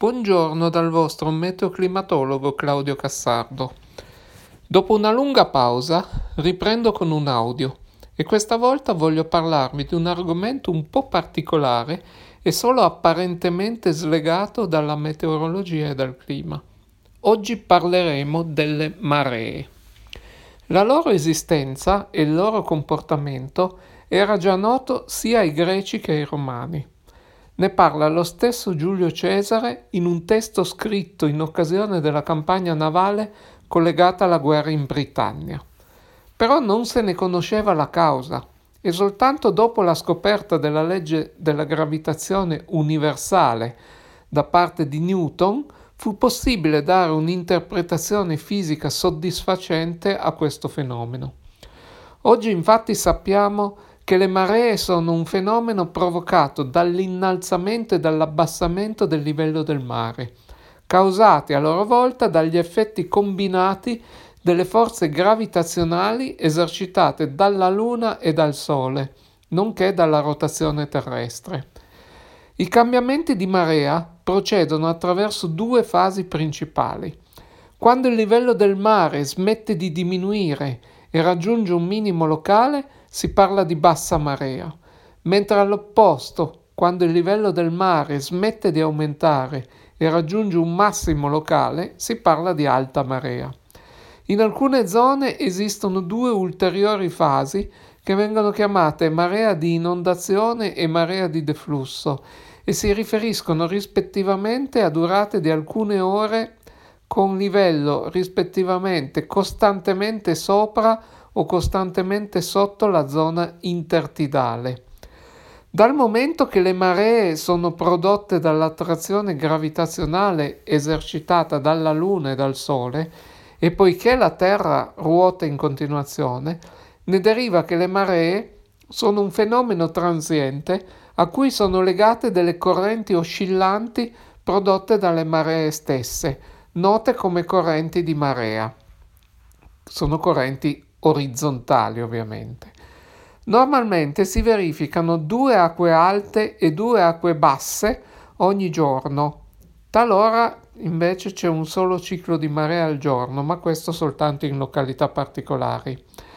Buongiorno dal vostro meteoclimatologo Claudio Cassardo. Dopo una lunga pausa riprendo con un audio e questa volta voglio parlarvi di un argomento un po' particolare e solo apparentemente slegato dalla meteorologia e dal clima. Oggi parleremo delle maree. La loro esistenza e il loro comportamento era già noto sia ai greci che ai romani. Ne parla lo stesso Giulio Cesare in un testo scritto in occasione della campagna navale collegata alla guerra in Britannia. Però non se ne conosceva la causa e soltanto dopo la scoperta della legge della gravitazione universale da parte di Newton fu possibile dare un'interpretazione fisica soddisfacente a questo fenomeno. Oggi infatti sappiamo che le maree sono un fenomeno provocato dall'innalzamento e dall'abbassamento del livello del mare, causati a loro volta dagli effetti combinati delle forze gravitazionali esercitate dalla Luna e dal Sole, nonché dalla rotazione terrestre. I cambiamenti di marea procedono attraverso due fasi principali. Quando il livello del mare smette di diminuire e raggiunge un minimo locale, si parla di bassa marea, mentre all'opposto, quando il livello del mare smette di aumentare e raggiunge un massimo locale, si parla di alta marea. In alcune zone esistono due ulteriori fasi che vengono chiamate marea di inondazione e marea di deflusso e si riferiscono rispettivamente a durate di alcune ore con livello rispettivamente costantemente sopra o costantemente sotto la zona intertidale. Dal momento che le maree sono prodotte dall'attrazione gravitazionale esercitata dalla Luna e dal Sole, e poiché la Terra ruota in continuazione, ne deriva che le maree sono un fenomeno transiente a cui sono legate delle correnti oscillanti prodotte dalle maree stesse, note come correnti di marea. Sono correnti orizzontali, ovviamente. Normalmente si verificano 2 acque alte e 2 acque basse ogni giorno. Talora invece c'è un solo ciclo di marea al giorno, ma questo soltanto in località particolari.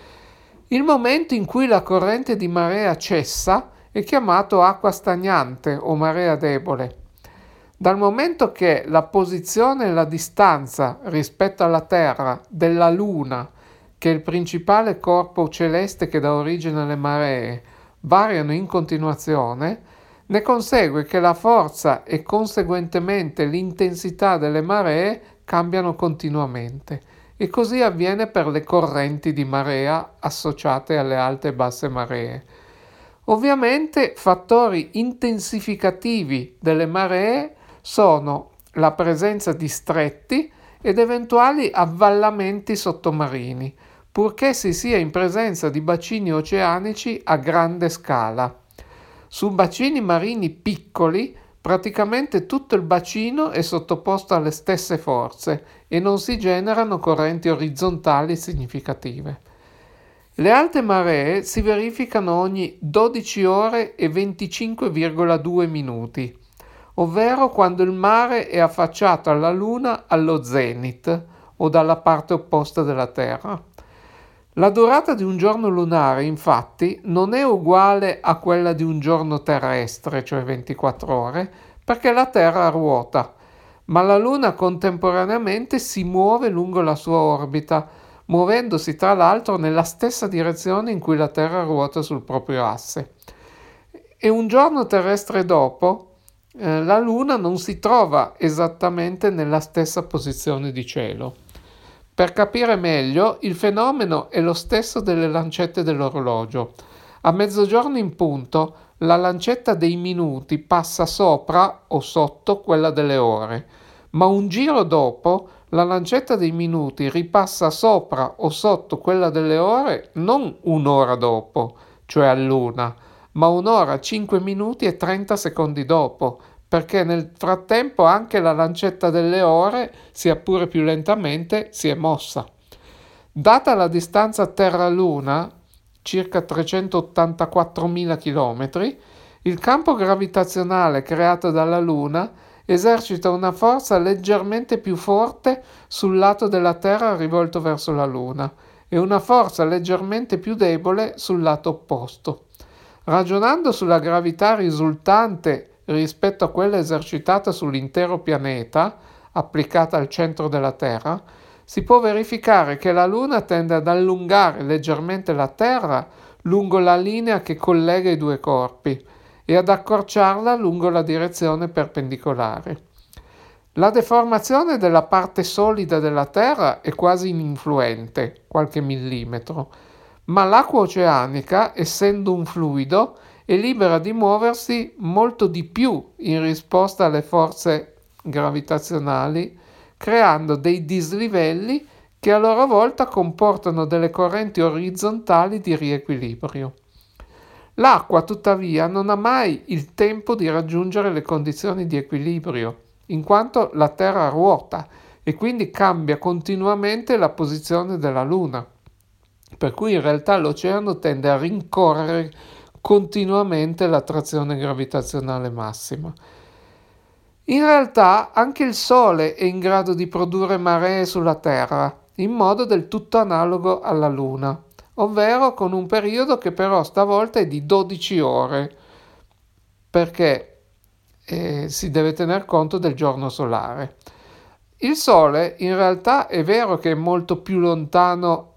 Il momento in cui la corrente di marea cessa è chiamato acqua stagnante o marea debole. Dal momento che la posizione e la distanza rispetto alla Terra della Luna, che è il principale corpo celeste che dà origine alle maree, variano in continuazione, ne consegue che la forza e conseguentemente l'intensità delle maree cambiano continuamente e così avviene per le correnti di marea associate alle alte e basse maree. Ovviamente fattori intensificativi delle maree sono la presenza di stretti ed eventuali avvallamenti sottomarini, purché si sia in presenza di bacini oceanici a grande scala. Su bacini marini piccoli, praticamente tutto il bacino è sottoposto alle stesse forze e non si generano correnti orizzontali significative. Le alte maree si verificano ogni 12 ore e 25,2 minuti, ovvero quando il mare è affacciato alla Luna allo zenith o dalla parte opposta della Terra. La durata di un giorno lunare, infatti, non è uguale a quella di un giorno terrestre, cioè 24 ore, perché la Terra ruota, ma la Luna contemporaneamente si muove lungo la sua orbita, muovendosi tra l'altro nella stessa direzione in cui la Terra ruota sul proprio asse. E un giorno terrestre dopo, la Luna non si trova esattamente nella stessa posizione di cielo. Per capire meglio, il fenomeno è lo stesso delle lancette dell'orologio. A mezzogiorno in punto, la lancetta dei minuti passa sopra o sotto quella delle ore, ma un giro dopo la lancetta dei minuti ripassa sopra o sotto quella delle ore non un'ora dopo, cioè all'una, ma un'ora, 5 minuti e 30 secondi dopo, perché nel frattempo anche la lancetta delle ore, sia pure più lentamente, si è mossa. Data la distanza Terra-Luna, circa 384.000 km, il campo gravitazionale creato dalla Luna esercita una forza leggermente più forte sul lato della Terra rivolto verso la Luna e una forza leggermente più debole sul lato opposto. Ragionando sulla gravità risultante rispetto a quella esercitata sull'intero pianeta, applicata al centro della Terra, si può verificare che la Luna tende ad allungare leggermente la Terra lungo la linea che collega i due corpi e ad accorciarla lungo la direzione perpendicolare. La deformazione della parte solida della Terra è quasi ininfluente, qualche millimetro, ma l'acqua oceanica, essendo un fluido, è libera di muoversi molto di più in risposta alle forze gravitazionali, creando dei dislivelli che a loro volta comportano delle correnti orizzontali di riequilibrio. L'acqua, tuttavia, non ha mai il tempo di raggiungere le condizioni di equilibrio, in quanto la Terra ruota e quindi cambia continuamente la posizione della Luna, per cui in realtà l'oceano tende a rincorrere continuamente l'attrazione gravitazionale massima. In realtà anche il Sole è in grado di produrre maree sulla Terra, in modo del tutto analogo alla Luna, ovvero con un periodo che però stavolta è di 12 ore, perché si deve tener conto del giorno solare. Il Sole in realtà è vero che è molto più lontano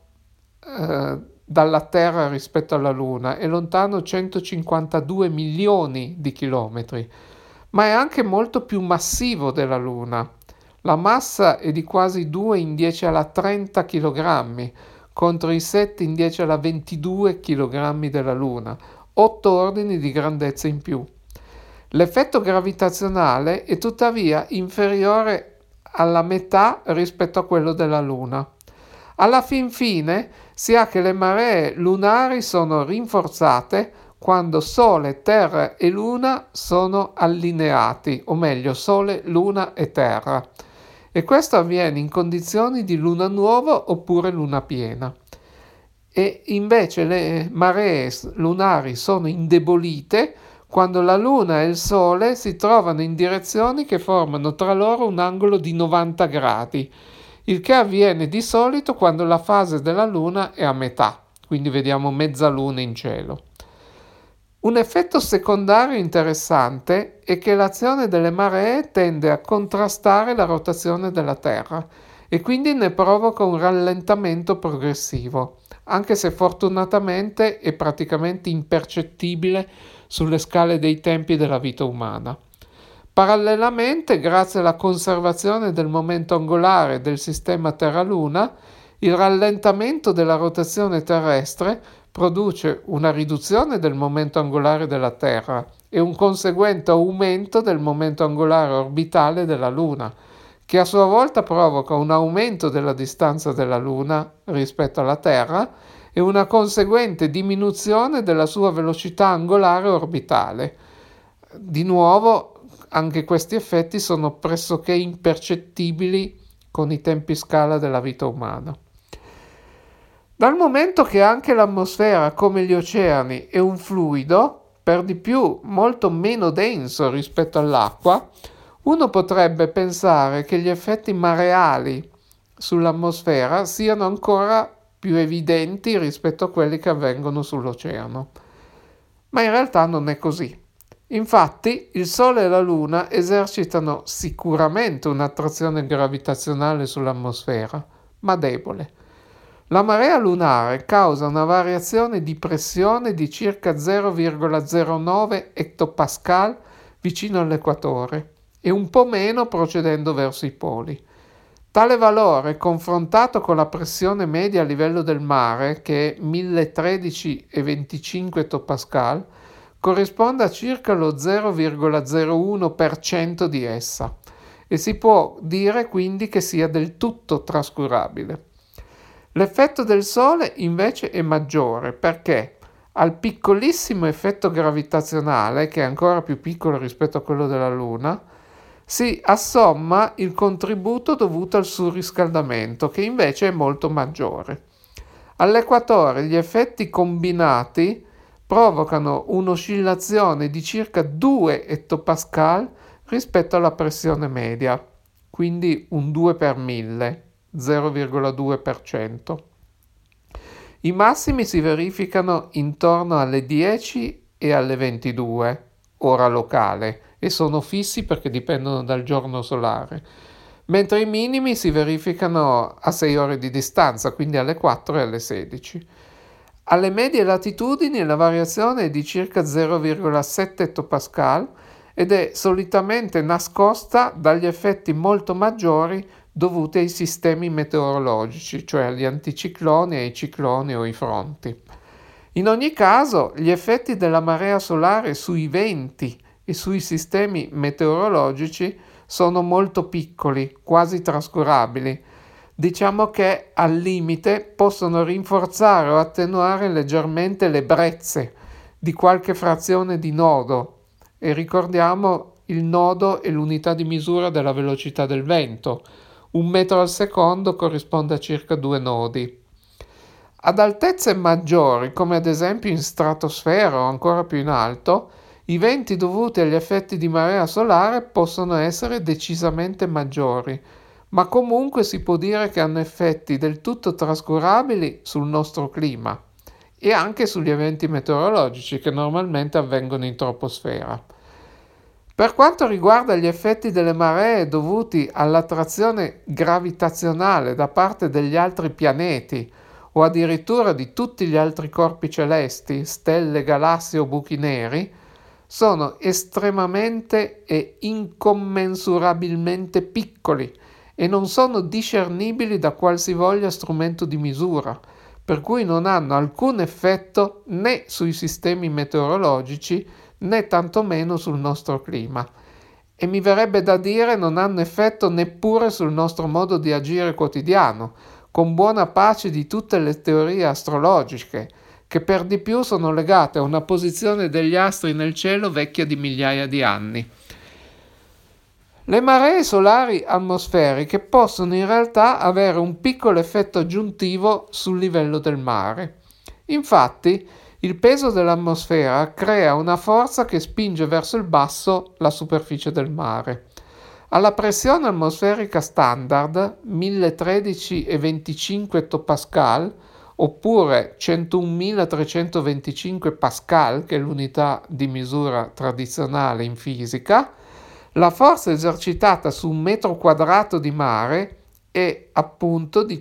dalla Terra rispetto alla Luna, è lontano 152 milioni di chilometri, ma è anche molto più massivo della Luna. La massa è di quasi 2 in 10 alla 30 kg, contro i 7 in 10 alla 22 kg della Luna, 8 ordini di grandezza in più. L'effetto gravitazionale è tuttavia inferiore alla metà rispetto a quello della Luna. Alla fin fine si ha che le maree lunari sono rinforzate quando Sole, Terra e Luna sono allineati, o meglio Sole, Luna e Terra. E questo avviene in condizioni di luna nuova oppure luna piena. E invece le maree lunari sono indebolite quando la Luna e il Sole si trovano in direzioni che formano tra loro un angolo di 90 gradi, il che avviene di solito quando la fase della Luna è a metà, quindi vediamo mezzaluna in cielo. Un effetto secondario interessante è che l'azione delle maree tende a contrastare la rotazione della Terra e quindi ne provoca un rallentamento progressivo, anche se fortunatamente è praticamente impercettibile sulle scale dei tempi della vita umana. Parallelamente, grazie alla conservazione del momento angolare del sistema Terra-Luna, il rallentamento della rotazione terrestre produce una riduzione del momento angolare della Terra e un conseguente aumento del momento angolare orbitale della Luna, che a sua volta provoca un aumento della distanza della Luna rispetto alla Terra e una conseguente diminuzione della sua velocità angolare orbitale. Di nuovo, anche questi effetti sono pressoché impercettibili con i tempi scala della vita umana. Dal momento che anche l'atmosfera, come gli oceani, è un fluido, per di più molto meno denso rispetto all'acqua, uno potrebbe pensare che gli effetti mareali sull'atmosfera siano ancora più evidenti rispetto a quelli che avvengono sull'oceano. Ma in realtà non è così. Infatti, il Sole e la Luna esercitano sicuramente un'attrazione gravitazionale sull'atmosfera, ma debole. La marea lunare causa una variazione di pressione di circa 0,09 ettopascal vicino all'equatore e un po' meno procedendo verso i poli. Tale valore, confrontato con la pressione media a livello del mare, che è 1013,25 ettopascal, corrisponde a circa lo 0,01% di essa e si può dire quindi che sia del tutto trascurabile. L'effetto del Sole invece è maggiore perché al piccolissimo effetto gravitazionale, che è ancora più piccolo rispetto a quello della Luna, si assomma il contributo dovuto al surriscaldamento, che invece è molto maggiore. All'equatore gli effetti combinati provocano un'oscillazione di circa 2 ettopascal rispetto alla pressione media, quindi un 2 per 1000, 0,2%. I massimi si verificano intorno alle 10 e alle 22, ora locale, e sono fissi perché dipendono dal giorno solare, mentre i minimi si verificano a 6 ore di distanza, quindi alle 4 e alle 16. Alle medie latitudini la variazione è di circa 0,7 ettopascal ed è solitamente nascosta dagli effetti molto maggiori dovuti ai sistemi meteorologici, cioè agli anticicloni, ai cicloni o ai fronti. In ogni caso, gli effetti della marea solare sui venti e sui sistemi meteorologici sono molto piccoli, quasi trascurabili. Diciamo che al limite possono rinforzare o attenuare leggermente le brezze di qualche frazione di nodo, e ricordiamo il nodo è l'unità di misura della velocità del vento. 1 metro al secondo corrisponde a circa 2 nodi. Ad altezze maggiori, come ad esempio in stratosfera o ancora più in alto, i venti dovuti agli effetti di marea solare possono essere decisamente maggiori, ma comunque si può dire che hanno effetti del tutto trascurabili sul nostro clima e anche sugli eventi meteorologici che normalmente avvengono in troposfera. Per quanto riguarda gli effetti delle maree dovuti all'attrazione gravitazionale da parte degli altri pianeti o addirittura di tutti gli altri corpi celesti, stelle, galassie o buchi neri, sono estremamente e incommensurabilmente piccoli e non sono discernibili da qualsivoglia strumento di misura, per cui non hanno alcun effetto né sui sistemi meteorologici né tantomeno sul nostro clima. E mi verrebbe da dire non hanno effetto neppure sul nostro modo di agire quotidiano, con buona pace di tutte le teorie astrologiche, che per di più sono legate a una posizione degli astri nel cielo vecchia di migliaia di anni. Le maree solari atmosferiche possono in realtà avere un piccolo effetto aggiuntivo sul livello del mare. Infatti, il peso dell'atmosfera crea una forza che spinge verso il basso la superficie del mare. Alla pressione atmosferica standard 1013,25 ettopascal oppure 101.325 pascal, che è l'unità di misura tradizionale in fisica, la forza esercitata su un metro quadrato di mare è appunto di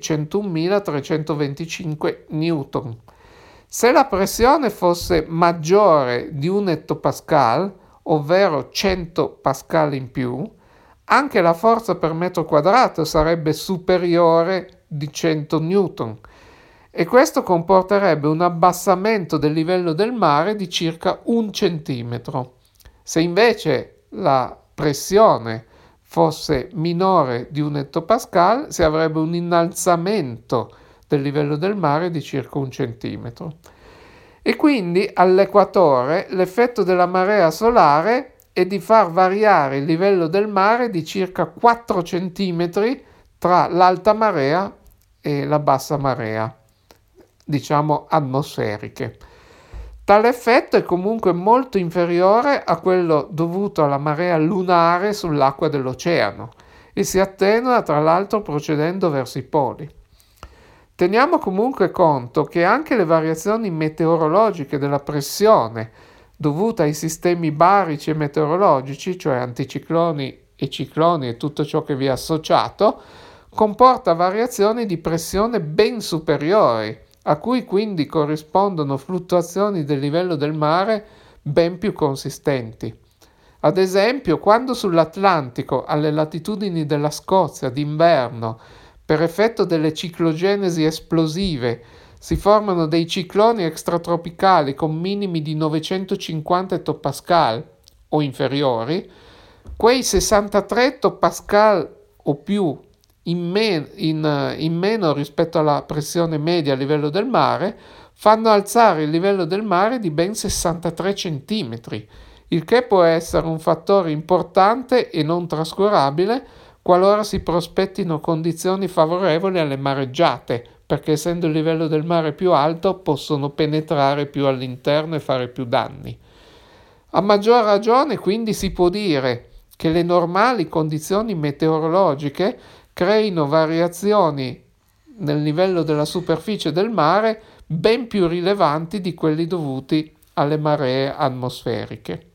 101.325 newton. Se la pressione fosse maggiore di 1 ettopascal, ovvero 100 pascal in più, anche la forza per metro quadrato sarebbe superiore di 100 newton e questo comporterebbe un abbassamento del livello del mare di circa 1 centimetro. Se invece la pressione fosse minore di 1 ettopascal, si avrebbe un innalzamento del livello del mare di circa 1 centimetro. E quindi all'equatore l'effetto della marea solare è di far variare il livello del mare di circa 4 centimetri tra l'alta marea e la bassa marea, diciamo atmosferiche. Tale effetto è comunque molto inferiore a quello dovuto alla marea lunare sull'acqua dell'oceano e si attenua tra l'altro procedendo verso i poli. Teniamo comunque conto che anche le variazioni meteorologiche della pressione dovuta ai sistemi barici e meteorologici, cioè anticicloni e cicloni e tutto ciò che vi è associato, comporta variazioni di pressione ben superiori, a cui quindi corrispondono fluttuazioni del livello del mare ben più consistenti. Ad esempio, quando sull'Atlantico, alle latitudini della Scozia d'inverno, per effetto delle ciclogenesi esplosive, si formano dei cicloni extratropicali con minimi di 950 ettopascal o inferiori, quei 63 ettopascal o più in meno rispetto alla pressione media a livello del mare fanno alzare il livello del mare di ben 63 centimetri, il che può essere un fattore importante e non trascurabile qualora si prospettino condizioni favorevoli alle mareggiate, perché essendo il livello del mare più alto possono penetrare più all'interno e fare più danni. A maggior ragione quindi si può dire che le normali condizioni meteorologiche creino variazioni nel livello della superficie del mare ben più rilevanti di quelli dovuti alle maree atmosferiche.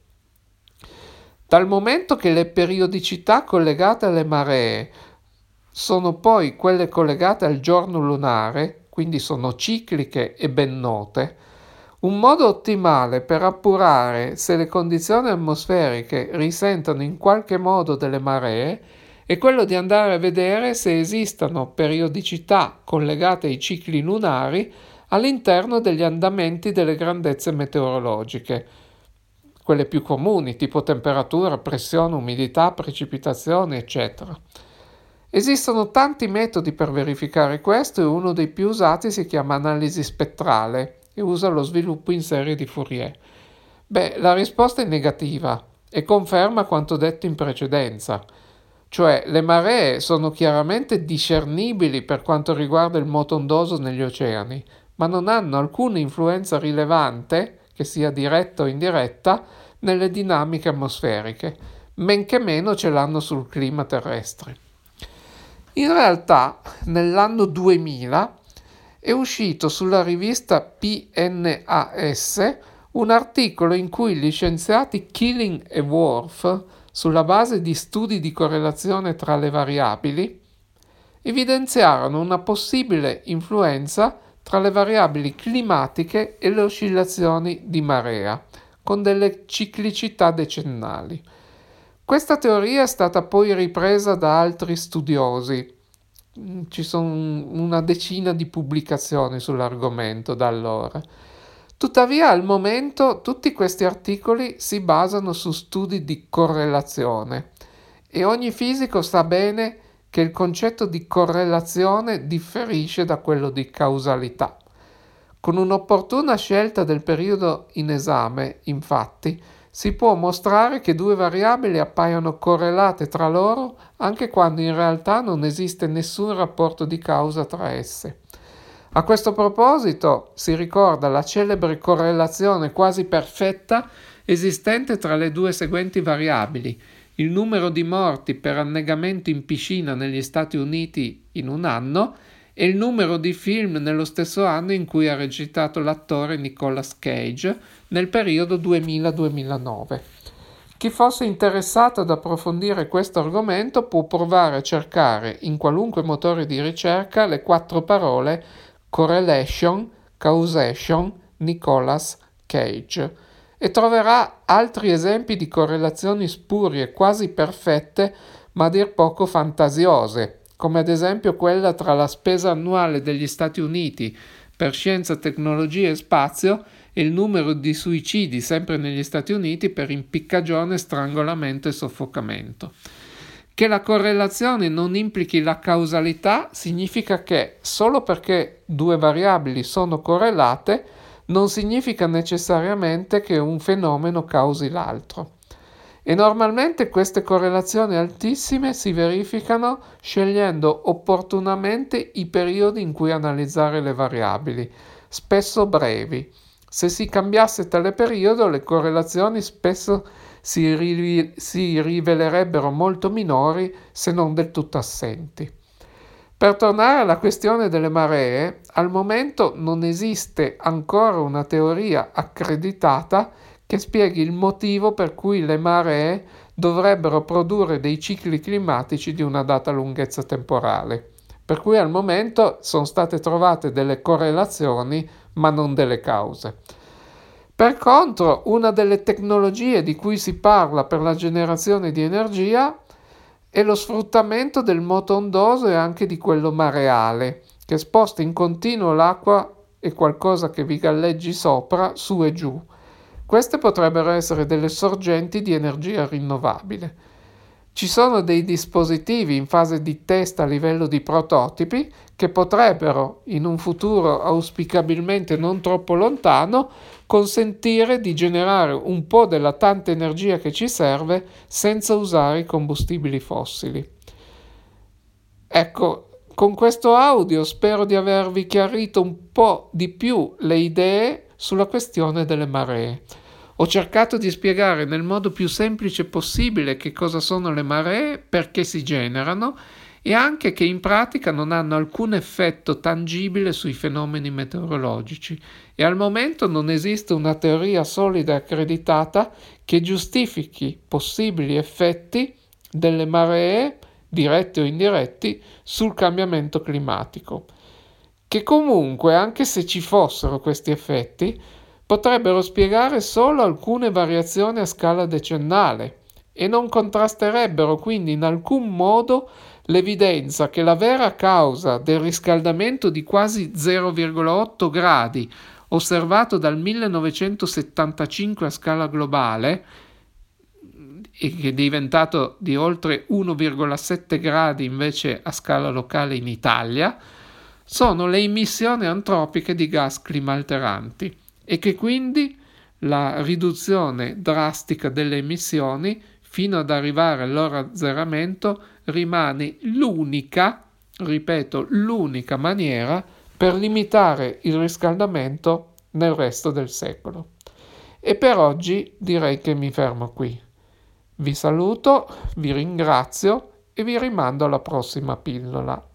Dal momento che le periodicità collegate alle maree sono poi quelle collegate al giorno lunare, quindi sono cicliche e ben note, un modo ottimale per appurare se le condizioni atmosferiche risentono in qualche modo delle maree è quello di andare a vedere se esistano periodicità collegate ai cicli lunari all'interno degli andamenti delle grandezze meteorologiche, quelle più comuni, tipo temperatura, pressione, umidità, precipitazioni, eccetera. Esistono tanti metodi per verificare questo e uno dei più usati si chiama analisi spettrale e usa lo sviluppo in serie di Fourier. La risposta è negativa e conferma quanto detto in precedenza, cioè le maree sono chiaramente discernibili per quanto riguarda il moto ondoso negli oceani, ma non hanno alcuna influenza rilevante, che sia diretta o indiretta, nelle dinamiche atmosferiche, men che meno ce l'hanno sul clima terrestre. In realtà, nell'anno 2000 è uscito sulla rivista PNAS un articolo in cui gli scienziati Killing e Worf, sulla base di studi di correlazione tra le variabili, evidenziarono una possibile influenza tra le variabili climatiche e le oscillazioni di marea, con delle ciclicità decennali. Questa teoria è stata poi ripresa da altri studiosi. Ci sono una decina di pubblicazioni sull'argomento da allora. Tuttavia, al momento, tutti questi articoli si basano su studi di correlazione e ogni fisico sa bene che il concetto di correlazione differisce da quello di causalità. Con un'opportuna scelta del periodo in esame, infatti, si può mostrare che due variabili appaiono correlate tra loro anche quando in realtà non esiste nessun rapporto di causa tra esse. A questo proposito si ricorda la celebre correlazione quasi perfetta esistente tra le due seguenti variabili: il numero di morti per annegamento in piscina negli Stati Uniti in un anno e il numero di film nello stesso anno in cui ha recitato l'attore Nicolas Cage nel periodo 2000-2009. Chi fosse interessato ad approfondire questo argomento può provare a cercare in qualunque motore di ricerca le 4 parole correlation, causation, Nicolas Cage e troverà altri esempi di correlazioni spurie quasi perfette ma a dir poco fantasiose, come ad esempio quella tra la spesa annuale degli Stati Uniti per scienza, tecnologia e spazio e il numero di suicidi sempre negli Stati Uniti per impiccagione, strangolamento e soffocamento. Che la correlazione non implichi la causalità significa che solo perché due variabili sono correlate non significa necessariamente che un fenomeno causi l'altro. E normalmente queste correlazioni altissime si verificano scegliendo opportunamente i periodi in cui analizzare le variabili, spesso brevi. Se si cambiasse tale periodo, le correlazioni spesso si rivelerebbero molto minori, se non del tutto assenti. Per tornare alla questione delle maree, al momento non esiste ancora una teoria accreditata che spieghi il motivo per cui le maree dovrebbero produrre dei cicli climatici di una data lunghezza temporale, per cui al momento sono state trovate delle correlazioni ma non delle cause. Per contro, una delle tecnologie di cui si parla per la generazione di energia è lo sfruttamento del moto ondoso e anche di quello mareale, che sposta in continuo l'acqua e qualcosa che vi galleggi sopra, su e giù. Queste potrebbero essere delle sorgenti di energia rinnovabile. Ci sono dei dispositivi in fase di test a livello di prototipi che potrebbero, in un futuro auspicabilmente non troppo lontano, consentire di generare un po' della tanta energia che ci serve senza usare i combustibili fossili. Ecco, con questo audio spero di avervi chiarito un po' di più le idee sulla questione delle maree. Ho cercato di spiegare nel modo più semplice possibile che cosa sono le maree, perché si generano e anche che in pratica non hanno alcun effetto tangibile sui fenomeni meteorologici e al momento non esiste una teoria solida e accreditata che giustifichi possibili effetti delle maree, diretti o indiretti, sul cambiamento climatico, che comunque, anche se ci fossero questi effetti, potrebbero spiegare solo alcune variazioni a scala decennale e non contrasterebbero quindi in alcun modo l'evidenza che la vera causa del riscaldamento di quasi 0,8 gradi osservato dal 1975 a scala globale e che è diventato di oltre 1,7 gradi invece a scala locale in Italia, sono le emissioni antropiche di gas climalteranti e che quindi la riduzione drastica delle emissioni fino ad arrivare al loro azzeramento rimane l'unica, ripeto, l'unica maniera per limitare il riscaldamento nel resto del secolo. E per oggi direi che mi fermo qui. Vi saluto, vi ringrazio e vi rimando alla prossima pillola.